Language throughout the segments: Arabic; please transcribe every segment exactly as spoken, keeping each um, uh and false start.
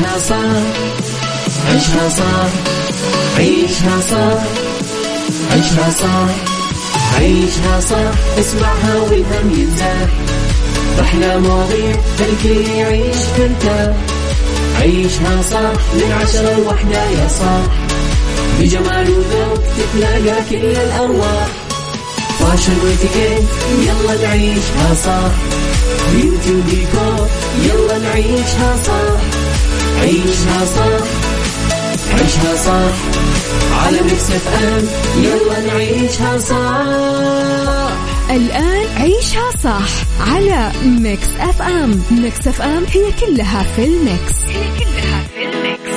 عيشها صح عيشها صح عيشها صح عيشها صح عيشها صح اسمعها والهم ينزاح أحلى مواضيع الكل يعيش ترتاح عيشها صح من عشرة لوحدة يا صاح بجمال وذوق تتلاقى كل الأرواح فاشل واتيكيت يلا نعيشها صح بيوتي وديكور يلا نعيشها صح عيشها صح عيشها صح على ميكس اف ام يلا نعيشها صح. الآن عيشها صح على ميكس اف ام. ميكس اف ام هي كلها في الميكس هي كلها في الميكس.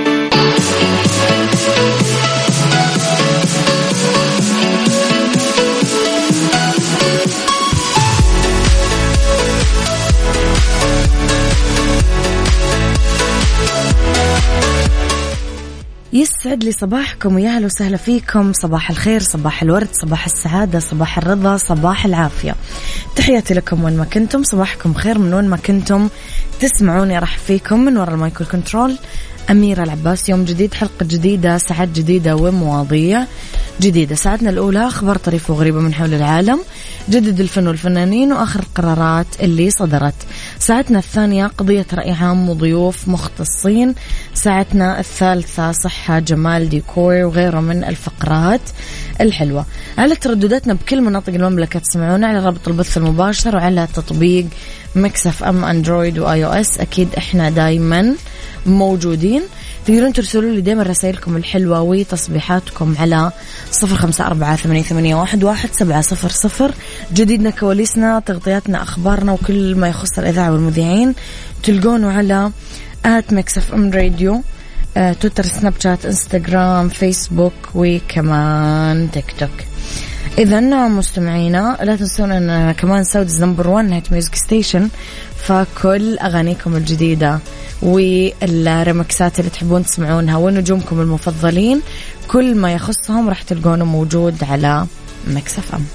يسعد لي صباحكم ويا اهلا وسهلا فيكم. صباح الخير، صباح الورد، صباح السعادة، صباح الرضا، صباح العافية. تحياتي لكم وين ما كنتم، صباحكم خير من وين ما كنتم تسمعوني. راح فيكم من وراء المايكرو كنترول أميرة العباس. يوم جديد، حلقة جديدة، ساعات جديدة ومواضيع جديدة. ساعتنا الأولى أخبار طريفة وغريبة من حول العالم، جدد الفن والفنانين وآخر القرارات اللي صدرت. ساعتنا الثانية قضية رأي عام وضيوف مختصين. ساعتنا الثالثة صحة، جمال، ديكور وغيره من الفقرات الحلوة. على تردداتنا بكل مناطق المملكة تسمعونا على رابط البث المباشر وعلى تطبيق ميكس اف ام اندرويد واي او اس. أكيد احنا دايما موجودين. تقدرون ترسلوا لي دائما رسائلكم الحلوة وتصبيحاتكم على صفر خمسة أربعة ثمانية ثمانية واحد واحد سبعة صفر صفر. جديدنا، كواليسنا، تغطياتنا، أخبارنا وكل ما يخص الإذاعة والمذيعين تلقونه على آت ميكس اف ام راديو، آه، تويتر، سناب شات، انستغرام، فيسبوك وكمان تيك توك. إذن مستمعينا لا تنسون أن كمان ساودز نمبر وان نايت ميوزك ستيشن، فكل أغانيكم الجديدة والريمكسات اللي تحبون تسمعونها ونجومكم المفضلين كل ما يخصهم راح تلقونه موجود على ميكس اف ام.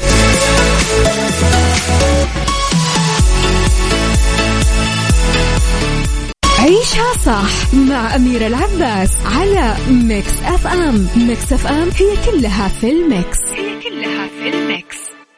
عيشها صح مع أميرة العباس على ميكس اف ام. ميكس اف ام هي كلها في الميكس هي كلها في الميكس.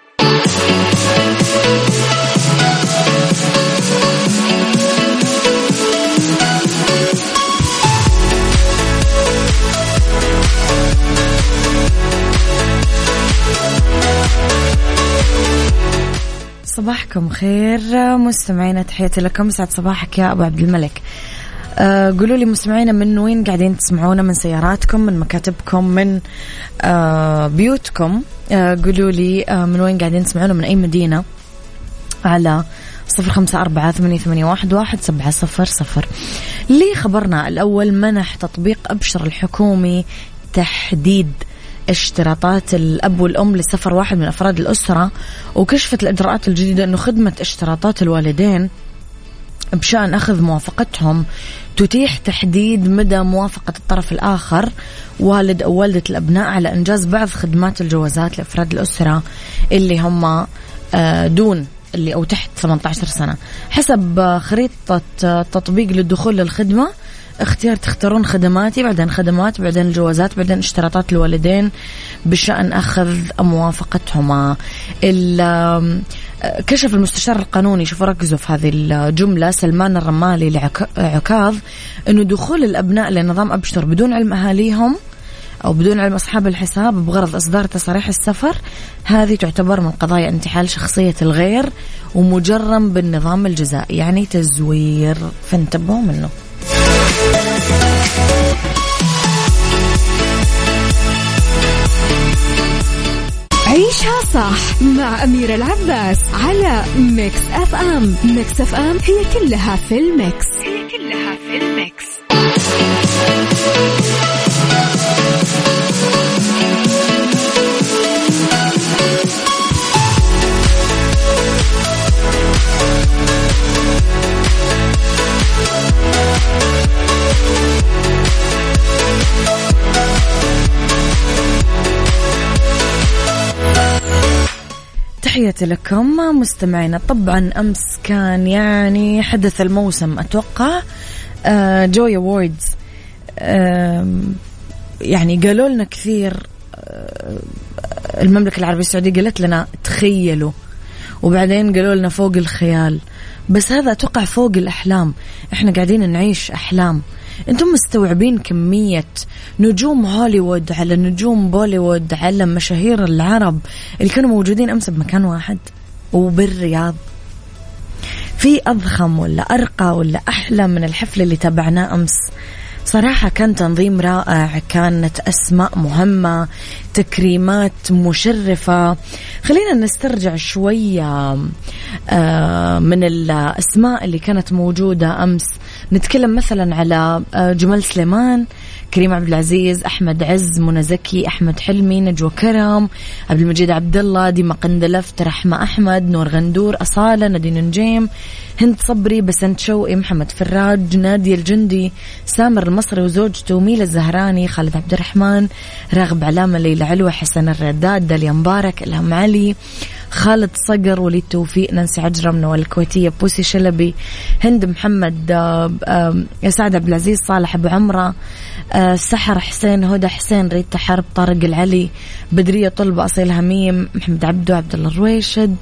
صباحكم خير مستمعينا، تحياتي لكم، سعد صباحك يا أبو عبد الملك. أه قولوا لي مستمعينا من وين قاعدين تسمعونا، من سياراتكم، من مكاتبكم، من أه بيوتكم. أه قولوا لي أه من وين قاعدين تسمعونا، من أي مدينة، على صفر خمسة أربعة ثمانية ثمانية واحد واحد سبعة صفر صفر. لي خبرنا الأول، منح تطبيق أبشر الحكومي تحديد اشتراطات الأب والأم لسفر واحد من أفراد الأسرة، وكشفت الإجراءات الجديدة أنه خدمة اشتراطات الوالدين بشأن أخذ موافقتهم تتيح تحديد مدى موافقة الطرف الآخر، والد أو والدة الأبناء، على إنجاز بعض خدمات الجوازات لأفراد الأسرة اللي هم دون اللي أو تحت ثمانية عشر سنة. حسب خريطة تطبيق للدخول للخدمة، اختيار تختارون خدماتي، بعدين خدمات، بعدين الجوازات، بعدين اشتراطات الوالدين بشأن أخذ موافقتهما. كشف المستشار القانوني، شوفوا ركزوا في هذه الجملة، سلمان الرمالي لعكاظ، أنه دخول الأبناء لنظام أبشر بدون علم أهاليهم أو بدون علم أصحاب الحساب بغرض إصدار تصاريح السفر، هذه تعتبر من قضايا انتحال شخصية الغير ومجرم بالنظام الجزائي، يعني تزوير، فانتبهوا منه. عيشها صح مع أميرة العباس على ميكس اف ام. ميكس اف ام هي كلها في الميكس هي كلها في الميكس. تحياتي لكم مستمعينا. طبعا أمس كان يعني حدث الموسم، أتوقع جوي أووردز يعني قالوا لنا كثير. المملكة العربية السعودية قالت لنا تخيلوا، وبعدين قالوا لنا فوق الخيال، بس هذا أتوقع فوق الأحلام. إحنا قاعدين نعيش أحلام. أنتم مستوعبين كمية نجوم هوليوود على نجوم بوليوود على مشاهير العرب اللي كانوا موجودين أمس بمكان واحد وبالرياض؟ في أضخم ولا أرقى ولا أحلى من الحفل اللي تابعناه أمس؟ صراحة كان تنظيم رائع، كانت أسماء مهمة، تكريمات مشرفة. خلينا نسترجع شوية من الأسماء اللي كانت موجودة أمس. نتكلم مثلا على جمال سليمان، كريم عبد العزيز، أحمد عز، منى زكي، أحمد حلمي، نجوى كرم، عبد المجيد عبد الله، ديما قندلفت، رحمة أحمد، نور غندور، أصالة، نادين نجيم، هند صبري، بسنت شوقي، محمد فراج، نادية الجندي، سامر المصري وزوجته، ميلا الزهراني، خالد عبد الرحمن، راغب علامة، ليلى علوة، حسن الرداد، داليا مبارك، إلهام علي، خالد صقر، وليد توفيق، نانسي عجرم، نوال الكويتية، بوسي شلبي، هند محمد، سعد عبد العزيز، صالح أبو عمرة، سحر حسين، هدى حسين، ريتا حرب، طارق العلي، بدرية طلبة، أصيل هميم، محمد عبدو، عبد الله الرويشد،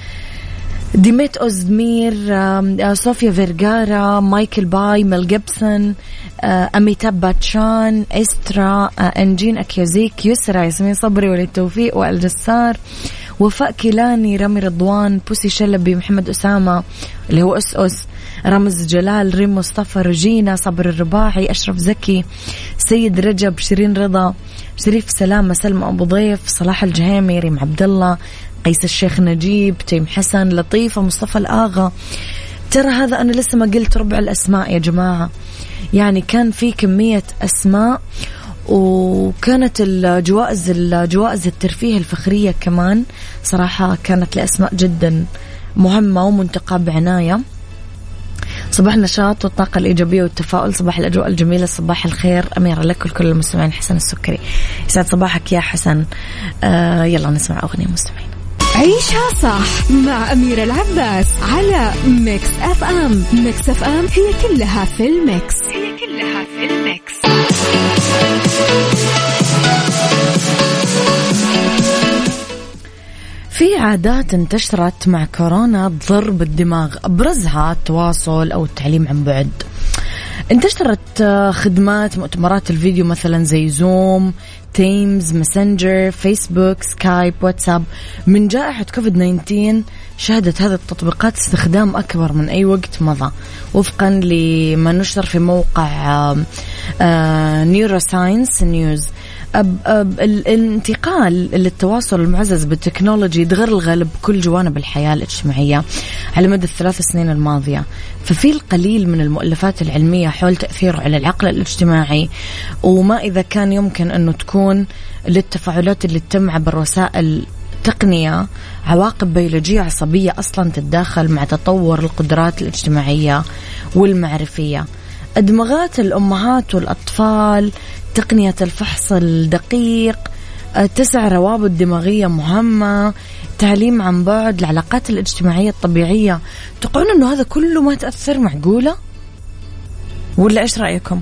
ديميت أوزدمير، صوفيا فيرغارا، مايكل باي، ميل جيبسون، أميتاب باتشان، إسترا، أنجين أكيوزيك، يسرا، ياسمين صبري، وليد توفيق، وائل جسار، وفاء كيلاني، رامي رضوان، بوسي شلبي، محمد أسامة اللي هو أس أس، رامز جلال، ريم مصطفى، رجينا، صبر الرباعي، أشرف زكي، سيد رجب، شيرين رضا، شريف سلامة، سلمى أبو ضيف، صلاح الجهيمي، ريم عبد الله، قيس الشيخ نجيب، تيم حسن، لطيفة، مصطفى الآغا. ترى هذا أنا لسه ما قلت ربع الأسماء يا جماعة، يعني كان في كمية أسماء، وكانت الجوائز الجوائز الترفيه الفخرية كمان صراحة كانت لأسماء جدا مهمة ومنتقى بعناية. صباح النشاط والطاقة الإيجابية والتفاؤل، صباح الأجواء الجميلة، صباح الخير أميرة لك ولكل المستمعين. حسن السكري، يسعد صباحك يا حسن. آه يلا نسمع أغنية مستمعين. عيشها صح مع أميرة العباس على ميكس أف أم. ميكس أف أم هي كلها في الميكس، هي كلها في الميكس. في عادات انتشرت مع كورونا تضر بالدماغ، أبرزها التواصل أو التعليم عن بعد. انتشرت خدمات مؤتمرات الفيديو مثلا زي زوم، تيمز، ماسنجر، فيسبوك، سكايب، واتساب. من جائحة كوفيد تسعة عشر شهدت هذه التطبيقات استخدام أكبر من أي وقت مضى، وفقا لما نشر في موقع نيوروساينس نيوز. أب أب الانتقال للتواصل المعزز بالتكنولوجي دغر الغالب كل جوانب الحياة الاجتماعية على مدى الثلاث سنين الماضية، ففي القليل من المؤلفات العلمية حول تأثيره على العقل الاجتماعي، وما إذا كان يمكن أنه تكون للتفاعلات اللي تتم عبر وسائل تقنية عواقب بيولوجية عصبية أصلا تتداخل مع تطور القدرات الاجتماعية والمعرفية. أدمغات الأمهات والأطفال، تقنية الفحص الدقيق، تسع روابط دماغية مهمة، تعليم عن بعد، العلاقات الاجتماعية الطبيعية. تقولون أنه هذا كله ما تأثر؟ معقولة؟ ولا إيش رأيكم؟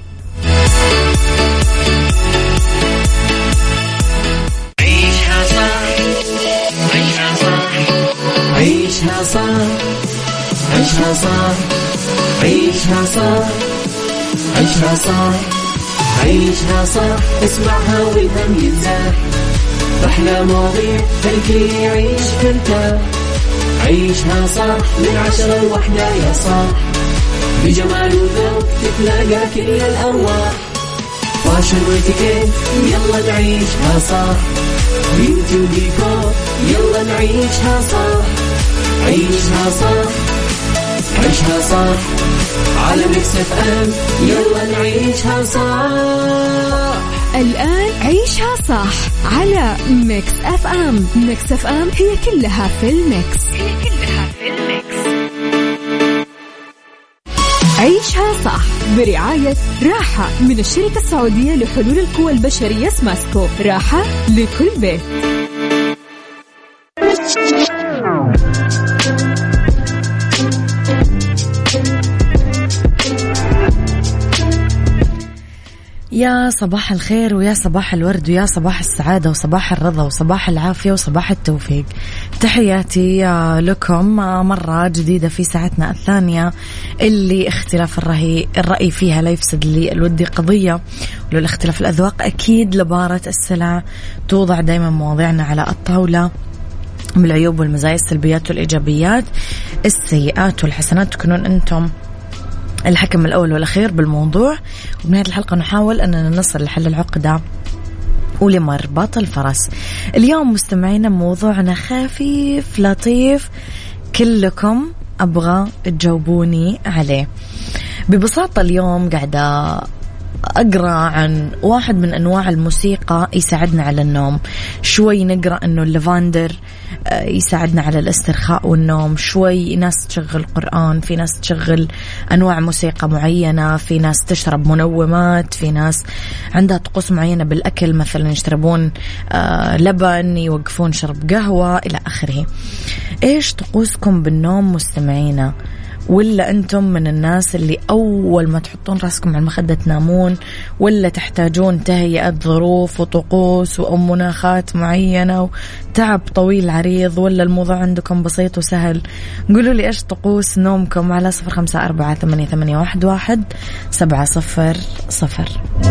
عيشها صح، عيشها صح، عيشها صح، عيشها صح، عيشها صح، عيشها صح، عيشها صح، اسمعها والهم ينزاح، أحلى مواضيع خلي يعيش مرتاح. عيشها صح من عشرة لوحدة يا صاح، بجمال وذوق تتلاقى كل الأرواح، فاشل واتيكيت يلا نعيشها صح، بيوتي وديكور يلا نعيشها صح. عيشها صح، عيشها صح، على ميكس اف ام يلا نعيشها صح. الآن عيشها صح على ميكس اف ام. ميكس اف ام هي كلها في الميكس، هي كلها في الميكس. عيشها صح برعاية راحة من الشركة السعودية لحلول القوى البشرية سماسكو، راحة لكل بيت. يا صباح الخير ويا صباح الورد ويا صباح السعادة وصباح الرضا وصباح العافية وصباح التوفيق. تحياتي لكم مرة جديدة في ساعتنا الثانية اللي اختلاف الرأي الرأي فيها لا يفسد لي الودي قضية، ولو الاختلاف الأذواق أكيد لبارة السلع. توضع دايما مواضيعنا على الطاولة من العيوب والمزايا، السلبيات والإيجابيات، السيئات والحسنات، تكونون أنتم الحكم الأول والأخير بالموضوع. وبنهاية الحلقة نحاول أننا نصل لحل العقدة ولمربط الفرس. اليوم مستمعينا موضوعنا خفيف لطيف كلكم أبغى تجاوبوني عليه. ببساطة اليوم قاعدة أقرأ عن واحد من أنواع الموسيقى يساعدنا على النوم. شوي نقرأ أنه اللافندر يساعدنا على الاسترخاء والنوم، شوي ناس تشغل قرآن، في ناس تشغل أنواع موسيقى معينة، في ناس تشرب منومات، في ناس عندها طقوس معينة بالأكل، مثلا يشربون لبن، يوقفون شرب قهوة إلى آخره. إيش طقوسكم بالنوم مستمعينا؟ ولا أنتم من الناس اللي أول ما تحطون رأسكم على المخدة تنامون، ولا تحتاجون تهيئة ظروف وطقوس ومناخات معينة وتعب طويل عريض، ولا الموضوع عندكم بسيط وسهل؟ قولوا لي إيش طقوس نومكم على صفر خمسة أربعة ثمانية ثمانية واحد واحد سبعة صفر صفر.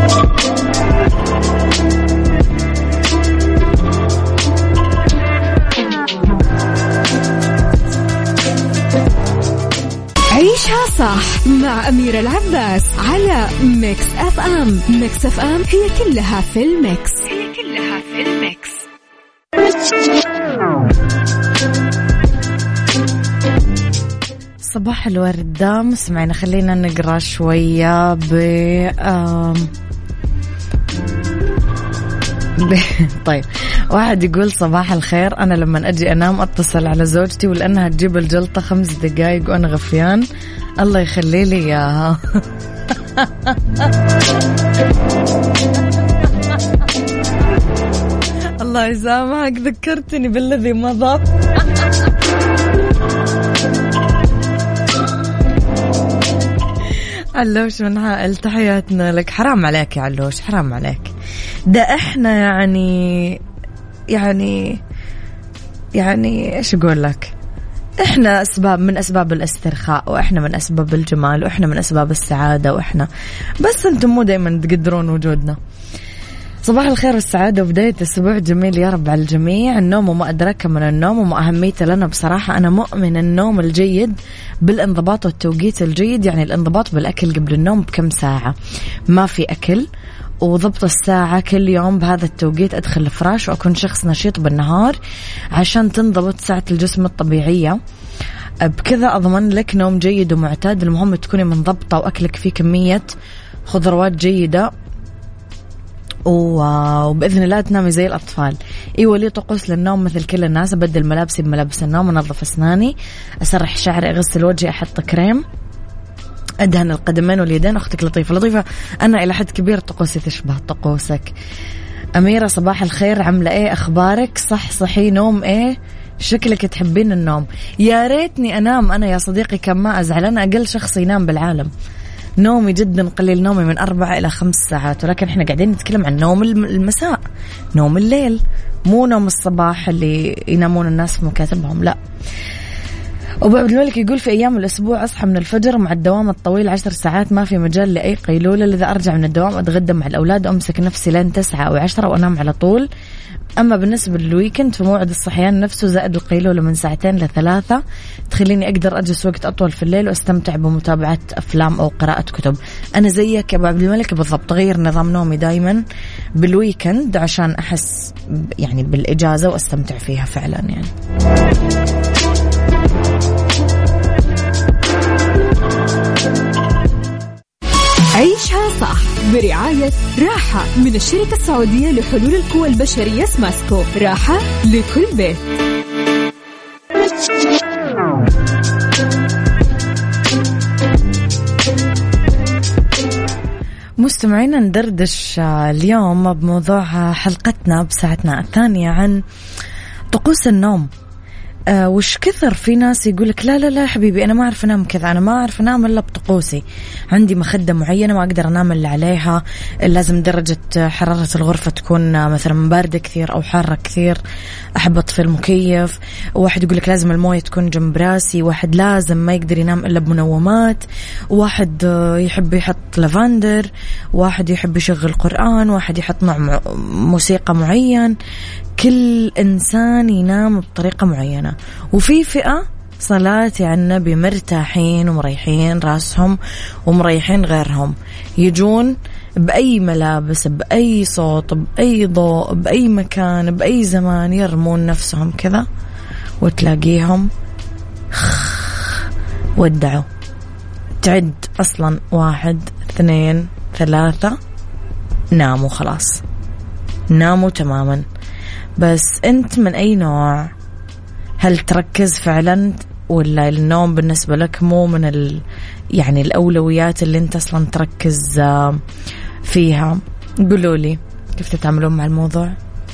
عيشها صح مع أميرة العباس على ميكس أف أم. ميكس أف أم هي كلها في الميكس، هي كلها في الميكس. صباح الورد مستمعينا، خلينا نقرأ شوية ب طيب، واحد يقول صباح الخير، أنا لما أجي أنام أتصل على زوجتي ولأنها تجيب الجلطة خمس دقايق وأنا غفيان، الله يخلي لي إياها. الله يسامحك، ذكرتني بالذي مضى. علوش من عائل، تحياتنا لك. حرام عليك يا علوش، حرام عليك. ده احنا يعني يعني يعني ايش اقول لك، احنا اسباب من اسباب الاسترخاء، واحنا من اسباب الجمال، واحنا من اسباب السعادة، واحنا بس انتم مو دايما تقدرون وجودنا. صباح الخير والسعادة وبداية أسبوع جميل يا رب على الجميع. النوم وما أدرك من النوم وما أهميته لنا. بصراحة أنا مؤمن النوم الجيد بالانضباط والتوقيت الجيد، يعني الانضباط بالأكل قبل النوم بكم ساعة، ما في أكل، وضبط الساعة كل يوم بهذا التوقيت أدخل الفراش وأكون شخص نشيط بالنهار عشان تنضبط ساعة الجسم الطبيعية. بكذا أضمن لك نوم جيد ومعتاد. المهم تكوني منضبطة وأكلك فيه كمية خضروات جيدة، وبإذن الله تنامي زي الأطفال. إيوة لي طقوس للنوم مثل كل الناس، أبدل ملابسي بملابس النوم، أنظف أسناني، أسرح شعري، أغسل وجهي، أحط كريم، أدهن القدمين واليدين. أختك لطيفة لطيفة، أنا إلى حد كبير طقوسي تشبه طقوسك. أميرة صباح الخير، عاملة إيه، أخبارك؟ صح صحي، نوم إيه؟ شكلك تحبين النوم. يا ريتني أنام أنا يا صديقي، كم ما أزعل، أنا أقل شخص ينام بالعالم. نومي جدا قليل، نومي من أربعة إلى خمس ساعات، ولكن إحنا قاعدين نتكلم عن نوم المساء، نوم الليل، مو نوم الصباح اللي ينامون الناس في مكاتبهم، لا. أبو عبد الملك يقول في أيام الأسبوع أصحى من الفجر مع الدوام الطويل عشر ساعات، ما في مجال لأي قيلولة، لذا أرجع من الدوام أتغدى مع الأولاد وأمسك نفسي لين تسعة أو عشرة وأنام على طول. أما بالنسبة للويكند فموعد الصحيان نفسه زائد القيلولة من ساعتين لثلاثة تخليني أقدر أجلس وقت أطول في الليل وأستمتع بمتابعة أفلام أو قراءة كتب. أنا زيك يا أبو عبد الملك بالضبط، غير نظام نومي دايما بالويكند عشان أحس يعني بالإجازة وأستمتع فيها فعلا يعني. عيشها صح برعاية راحة من الشركة السعودية لحلول القوى البشرية سماسكو، راحة لكل بيت. مستمعينا ندردش اليوم بموضوع حلقتنا بساعتنا الثانية عن طقوس النوم. آه وش كثر في ناس يقولك لا لا لا حبيبي أنا ما أعرف أنام كذا، أنا ما أعرف أنام إلا بطقوسي، عندي مخدة معينة ما أقدر أنام إلا عليها، لازم درجة حرارة الغرفة تكون مثلا باردة كثير أو حارة كثير، أحب أطفي المكيف. واحد يقولك لازم الموية تكون جنب راسي، واحد لازم ما يقدر ينام إلا بمنومات، واحد يحب يحط لافندر، واحد يحب يشغل قرآن، واحد يحط نوع موسيقى معين. كل إنسان ينام بطريقة معينة. وفي فئة صلاتي على النبي مرتاحين ومريحين راسهم ومريحين غيرهم، يجون بأي ملابس بأي صوت بأي ضوء بأي مكان بأي زمان يرمون نفسهم كذا وتلاقيهم ودعوا. تعد أصلا واحد اثنين ثلاثة ناموا خلاص، ناموا تماما. بس أنت من أي نوع؟ هل تركز فعلا ولا النوم بالنسبة لك مو من ال يعني الأولويات اللي أنت أصلا تركز فيها؟ قولوا لي كيف تتعاملون مع الموضوع.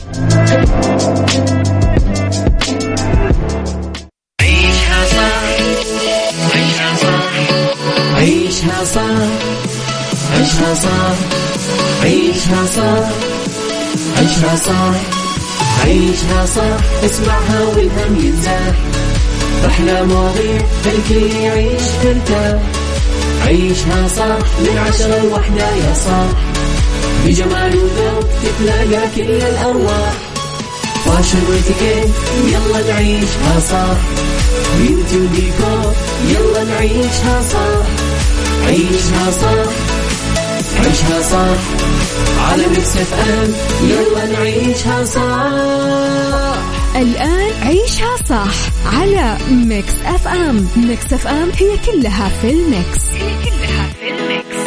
عيشها صح عيشها صح عيشها صح عيشها صح عيشها صح عيشها صح عيشها صح اسمعها والهم ينزاح، أحلى مواضيع الكل يعيش ترتاح. عيشها صح من عشرة لوحدة يا صاح، بجمال وذوق تتلاقى كل الأرواح. فاشل واتيكيت يلا نعيشها صح، بيوتي وديكور يلا نعيشها صح. عيشها صح عيشها صح على ميكس اف ام يلا نعيشها صح. الآن عيشها صح على ميكس اف ام. ميكس اف ام هي كلها في الميكس، هي كلها في الميكس.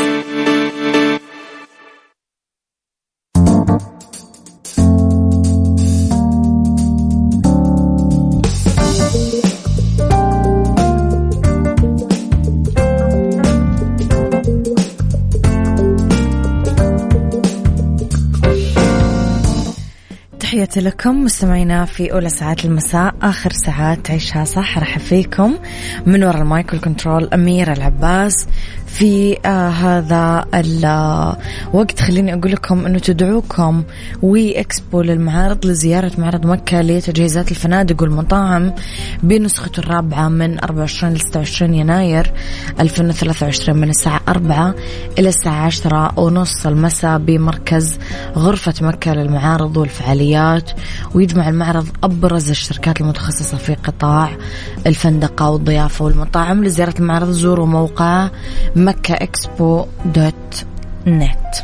تحياتي لكم مستمعينا في أولى ساعات المساء، آخر ساعات عيشها صح. رح فيكم من وراء المايكل كنترول أميرة العباس في آه هذا الوقت. خليني أقول لكم أنه تدعوكم وي إكسبو للمعارض لزيارة معرض مكة لتجهيزات الفنادق والمطاعم بنسخته الرابعة من أربعة وعشرين لستة وعشرين يناير ألفين وثلاثة وعشرين من الساعة أربعة إلى الساعة عشرة ونص المساء بمركز غرفة مكة للمعارض والفعاليات. ويجمع المعرض أبرز الشركات المتخصصة في قطاع الفندقة والضيافة والمطاعم. لزيارة المعرض زوروا موقع مكة إكسبو دوت نت.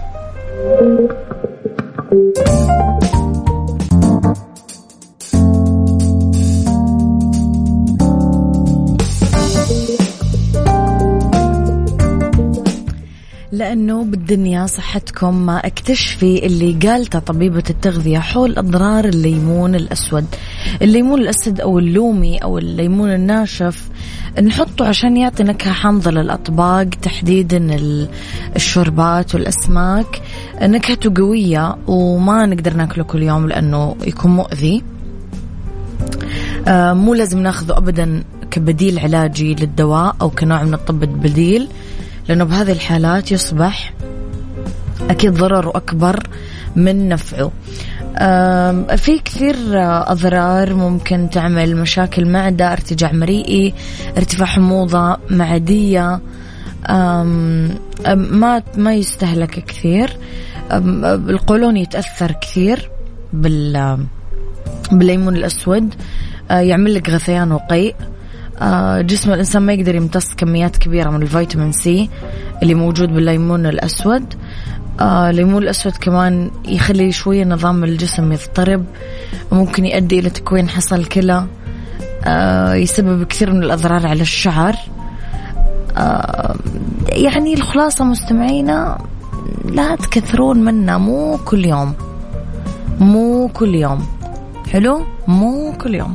لأنه بالدنيا صحتكم ما اكتشفي اللي قالته طبيبة التغذية حول أضرار الليمون الأسود. الليمون الأسود أو اللومي أو الليمون الناشف نحطه عشان يعطي نكهة حامضة للأطباق، تحديدا الشوربات والأسماك. نكهته قوية وما نقدر ناكله كل يوم لأنه يكون مؤذي. آه مو لازم ناخذه أبدا كبديل علاجي للدواء أو كنوع من الطب البديل، لأنه بهذه الحالات يصبح أكيد ضرره أكبر من نفعه. في كثير أضرار ممكن تعمل مشاكل معدة، ارتجاع مريئي، ارتفاع حموضة معدية. ما ما يستهلك كثير. القولون يتأثر كثير بال بالليمون الأسود، يعمل لك غثيان وقيء. جسم الإنسان ما يقدر يمتص كميات كبيرة من الفيتامين سي اللي موجود بالليمون الأسود. الليمون الأسود كمان يخلي شوية نظام الجسم يضطرب، ممكن يؤدي إلى تكوين حصى الكلى، يسبب كثير من الأضرار على الشعر. يعني الخلاصة مستمعينا لا تكثرون منه، مو كل يوم، مو كل يوم. حلو، مو كل يوم.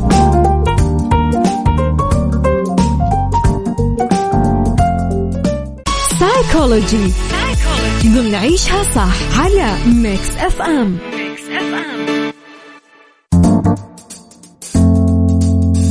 سايكولوجي ضمن عيشها صح على ميكس اف ام.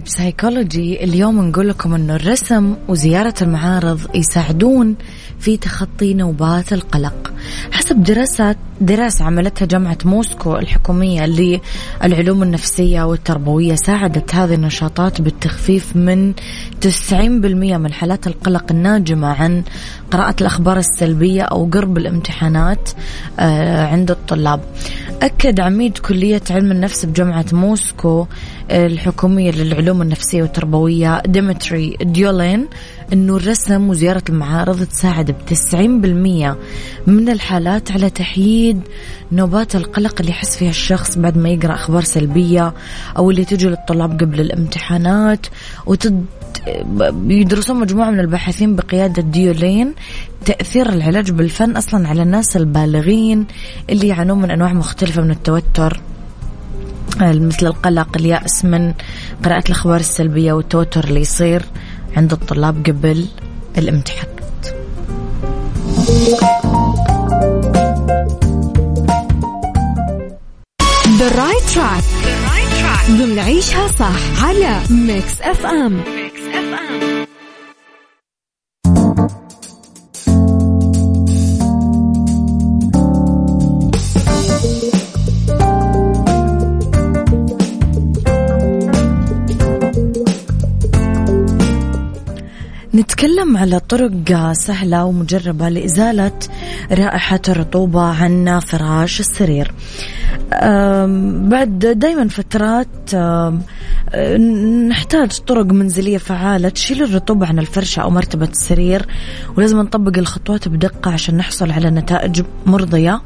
سايكولوجي اليوم نقول لكم أنه الرسم وزيارة المعارض يساعدون في تخطي نوبات القلق. حسب دراسة دراسة عملتها جامعة موسكو الحكومية للعلوم النفسية والتربوية، ساعدت هذه النشاطات بالتخفيف من تسعين بالمئة من حالات القلق الناجمة عن قراءة الأخبار السلبية أو قرب الامتحانات عند الطلاب. أكد عميد كلية علم النفس بجامعة موسكو الحكومية للعلوم النفسية والتربوية ديمتري ديولين أنه الرسم وزيارة المعارض تساعد بتسعين بالمئة من الحالات على تحييد نوبات القلق اللي يحس فيها الشخص بعد ما يقرأ أخبار سلبية أو اللي تجي للطلاب قبل الامتحانات. وتد بيدرسون مجموعة من الباحثين بقيادة ديولين تأثير العلاج بالفن أصلا على الناس البالغين اللي يعانون من أنواع مختلفة من التوتر، مثل القلق، اليأس من قراءة الأخبار السلبية والتوتر اللي يصير عند الطلاب قبل الامتحانات. The right track ضمن عيشها صح على ميكس اف ام. نتكلم على طرق سهلة ومجربة لإزالة رائحة الرطوبة عن فراش السرير. بعد دايما فترات نحتاج طرق منزلية فعالة تشيل الرطوبة عن الفرشة أو مرتبة السرير، ولازم نطبق الخطوات بدقة عشان نحصل على نتائج مرضية.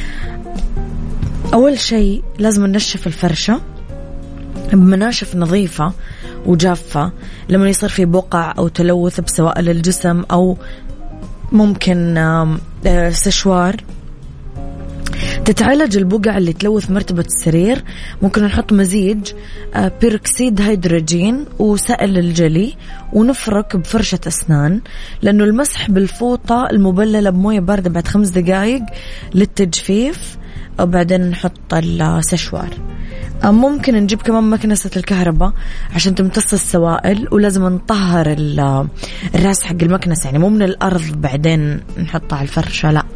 أول شيء لازم ننشف الفرشة بمناشف نظيفة وجافة. لما يصير في بقع أو تلوث بسوائل الجسم أو ممكن سشوار، تتعالج البقع اللي تلوث مرتبة السرير. ممكن نحط مزيج بيروكسيد هيدروجين وسائل الجلي ونفرك بفرشة أسنان، لأنه المسح بالفوطة المبللة بموية باردة بعد خمس دقائق للتجفيف، أو بعدين نحط السشوار. ممكن نجيب كمان مكنسة الكهرباء عشان تمتص السوائل، ولازم نطهر الراس حق المكنسة، يعني مو من الأرض بعدين نحطها على الفرشة، لا.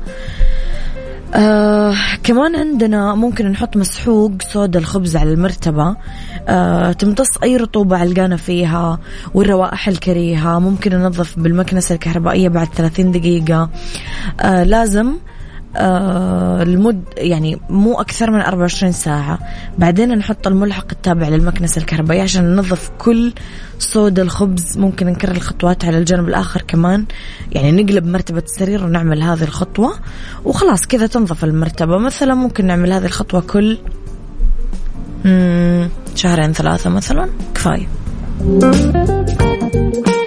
آه كمان عندنا ممكن نحط مسحوق صودا الخبز على المرتبة، آه تمتص أي رطوبة علقانة فيها والروائح الكريهة. ممكن ننظف بالمكنسة الكهربائية بعد ثلاثين دقيقة. آه لازم آه المد يعني مو أكثر من أربعة وعشرين ساعة. بعدين نحط الملحق التابع للمكنسة الكهربائية عشان ننظف كل صودا الخبز. ممكن نكرر الخطوات على الجانب الآخر كمان، يعني نقلب مرتبة السرير ونعمل هذه الخطوة وخلاص كذا تنظف المرتبة. مثلا ممكن نعمل هذه الخطوة كل شهرين ثلاثة مثلا، كفاية.